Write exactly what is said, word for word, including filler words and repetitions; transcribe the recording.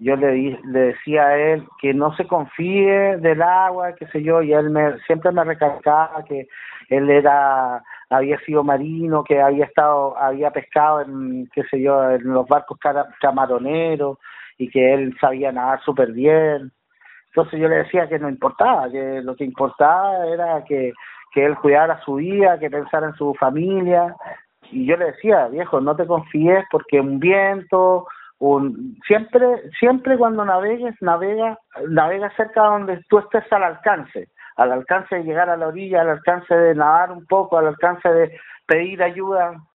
yo le, di, le decía a él que no se confíe del agua, qué sé yo, y él me, siempre me recalcaba que él era, había sido marino, que había estado, había pescado en, qué sé yo, en los barcos camaroneros, y que él sabía nadar súper bien. Entonces yo le decía que no importaba, que lo que importaba era que, que él cuidara su vida, que pensara en su familia, y yo le decía, viejo, no te confíes porque un viento, un siempre, siempre cuando navegues, navega, navega cerca donde tú estés al alcance, al alcance de llegar a la orilla, al alcance de nadar un poco, al alcance de pedir ayuda,